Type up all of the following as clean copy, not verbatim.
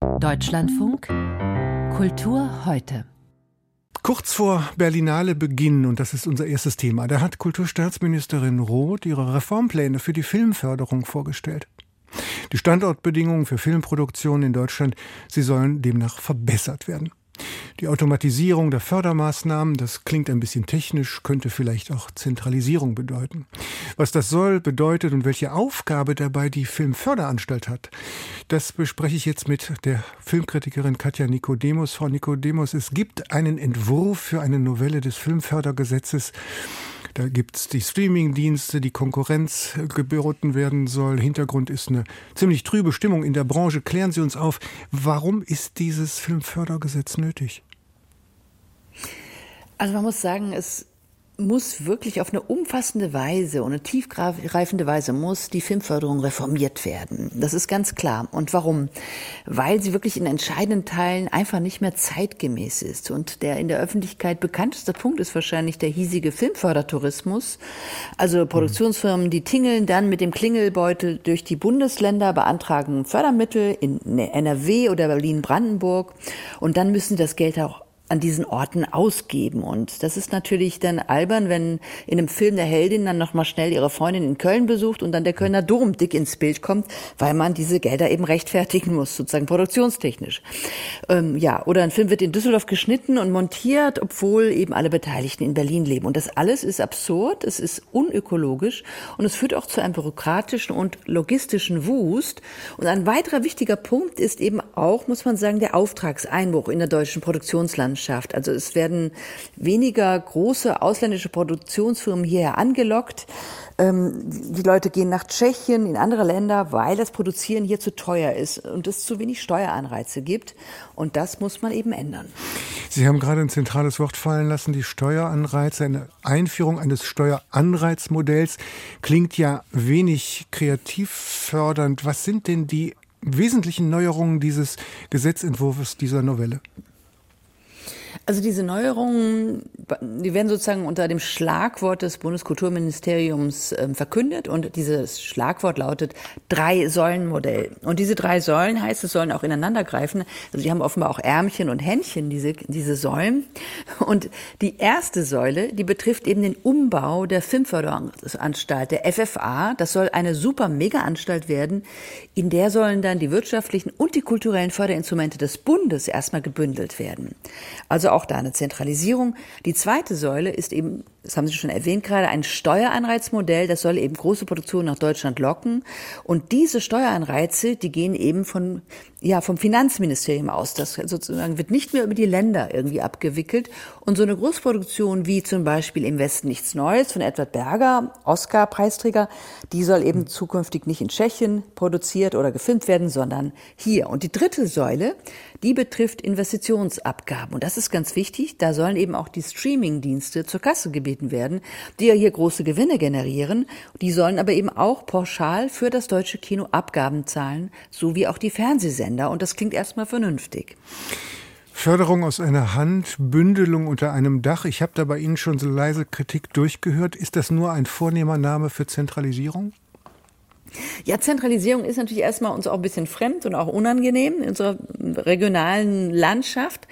Deutschlandfunk Kultur heute. Kurz vor Berlinale Beginn, und das ist unser erstes Thema, da hat Kulturstaatsministerin Roth ihre Reformpläne für die Filmförderung vorgestellt. Die Standortbedingungen für Filmproduktionen in Deutschland, sie sollen demnach verbessert werden. Die Automatisierung der Fördermaßnahmen, das klingt ein bisschen technisch, könnte vielleicht auch Zentralisierung bedeuten. Was das soll, bedeutet und welche Aufgabe dabei die Filmförderanstalt hat, das bespreche ich jetzt mit der Filmkritikerin Katja Nicodemus. Frau Nicodemus, es gibt einen Entwurf für eine Novelle des Filmfördergesetzes. Da gibt es die Streamingdienste, die Konkurrenz geboten werden soll. Hintergrund ist eine ziemlich trübe Stimmung in der Branche. Klären Sie uns auf, warum ist dieses Filmfördergesetz nötig? Also man muss sagen, es muss wirklich auf eine umfassende Weise und eine tiefgreifende Weise muss die Filmförderung reformiert werden. Das ist ganz klar. Und warum? Weil sie wirklich in entscheidenden Teilen einfach nicht mehr zeitgemäß ist. Und der in der Öffentlichkeit bekannteste Punkt ist wahrscheinlich der hiesige Filmfördertourismus. Also Produktionsfirmen, die tingeln dann mit dem Klingelbeutel durch die Bundesländer, beantragen Fördermittel in NRW oder Berlin-Brandenburg und dann müssen das Geld auch an diesen Orten ausgeben. Und das ist natürlich dann albern, wenn in einem Film der Heldin dann nochmal schnell ihre Freundin in Köln besucht und dann der Kölner Dom dick ins Bild kommt, weil man diese Gelder eben rechtfertigen muss, sozusagen produktionstechnisch. Oder ein Film wird in Düsseldorf geschnitten und montiert, obwohl eben alle Beteiligten in Berlin leben. Und das alles ist absurd, es ist unökologisch und es führt auch zu einem bürokratischen und logistischen Wust. Und ein weiterer wichtiger Punkt ist eben auch, muss man sagen, der Auftragseinbruch in der deutschen Produktionslandschaft. Also es werden weniger große ausländische Produktionsfirmen hierher angelockt. Die Leute gehen nach Tschechien, in andere Länder, weil das Produzieren hier zu teuer ist und es zu wenig Steueranreize gibt. Und das muss man eben ändern. Sie haben gerade ein zentrales Wort fallen lassen, die Steueranreize. Eine Einführung eines Steueranreizmodells klingt ja wenig kreativ fördernd. Was sind denn die wesentlichen Neuerungen dieses Gesetzentwurfs, dieser Novelle? Also diese Neuerungen, die werden sozusagen unter dem Schlagwort des Bundeskulturministeriums verkündet und dieses Schlagwort lautet 3-Säulen-Modell. Und diese 3 Säulen heißt, es sollen auch ineinander greifen. Also die haben offenbar auch Ärmchen und Händchen, diese Säulen. Und die erste Säule, die betrifft eben den Umbau der Filmförderanstalt, der FFA. Das soll eine super Mega-Anstalt werden. In der sollen dann die wirtschaftlichen und die kulturellen Förderinstrumente des Bundes erstmal gebündelt werden. Also auch da eine Zentralisierung. Die zweite Säule ist eben, das haben Sie schon erwähnt gerade, ein Steueranreizmodell. Das soll eben große Produktionen nach Deutschland locken. Und diese Steueranreize, die gehen eben vom Finanzministerium aus. Das sozusagen wird nicht mehr über die Länder irgendwie abgewickelt. Und so eine Großproduktion wie zum Beispiel Im Westen nichts Neues von Edward Berger, Oscar-Preisträger, die soll eben zukünftig nicht in Tschechien produziert oder gefilmt werden, sondern hier. Und die dritte Säule, die betrifft Investitionsabgaben. Und das ist ganz wichtig. Da sollen eben auch die Streaming-Dienste zur Kasse gebeten werden, die ja hier große Gewinne generieren. Die sollen aber eben auch pauschal für das deutsche Kino Abgaben zahlen, so wie auch die Fernsehsender. Und das klingt erstmal vernünftig. Förderung aus einer Hand, Bündelung unter einem Dach. Ich habe da bei Ihnen schon so leise Kritik durchgehört. Ist das nur ein vornehmer Name für Zentralisierung? Ja, Zentralisierung ist natürlich erstmal uns auch ein bisschen fremd und auch unangenehm in unserer regionalen Landschaft.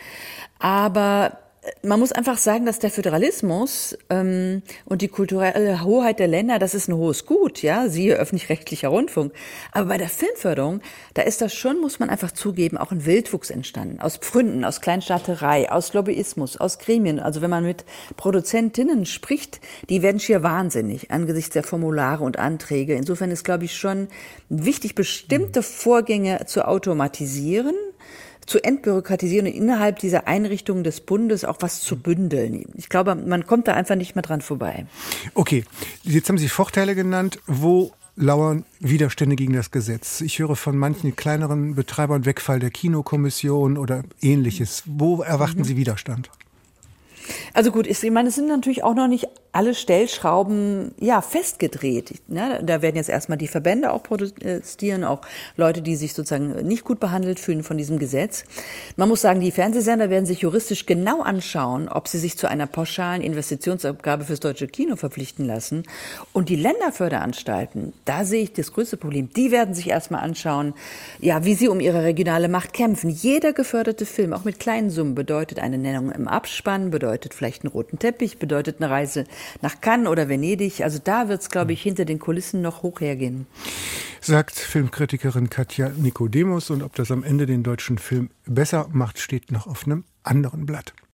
Aber man muss einfach sagen, dass der Föderalismus und die kulturelle Hoheit der Länder, das ist ein hohes Gut, ja, siehe öffentlich-rechtlicher Rundfunk. Aber bei der Filmförderung, da ist das schon, muss man einfach zugeben, auch ein Wildwuchs entstanden. Aus Pfründen, aus Kleinstaaterei, aus Lobbyismus, aus Gremien. Also wenn man mit Produzentinnen spricht, die werden schier wahnsinnig angesichts der Formulare und Anträge. Insofern ist, glaube ich, schon wichtig, bestimmte Vorgänge zu automatisieren, zu entbürokratisieren und innerhalb dieser Einrichtungen des Bundes auch was zu bündeln. Ich glaube, man kommt da einfach nicht mehr dran vorbei. Okay, jetzt haben Sie Vorteile genannt. Wo lauern Widerstände gegen das Gesetz? Ich höre von manchen kleineren Betreibern Wegfall der Kinokommission oder Ähnliches. Wo erwarten Sie Widerstand? Also gut, ich meine, es sind natürlich auch noch nicht alle Stellschrauben festgedreht. Ne? Da werden jetzt erstmal die Verbände auch protestieren, auch Leute, die sich sozusagen nicht gut behandelt fühlen von diesem Gesetz. Man muss sagen, die Fernsehsender werden sich juristisch genau anschauen, ob sie sich zu einer pauschalen Investitionsabgabe fürs deutsche Kino verpflichten lassen. Und die Länderförderanstalten, da sehe ich das größte Problem. Die werden sich erstmal anschauen, wie sie um ihre regionale Macht kämpfen. Jeder geförderte Film, auch mit kleinen Summen, bedeutet eine Nennung im Abspann, bedeutet vielleicht einen roten Teppich, bedeutet eine Reise nach Cannes oder Venedig. Also da wird es, glaube ich, hinter den Kulissen noch hoch hergehen. Sagt Filmkritikerin Katja Nicodemus. Und ob das am Ende den deutschen Film besser macht, steht noch auf einem anderen Blatt.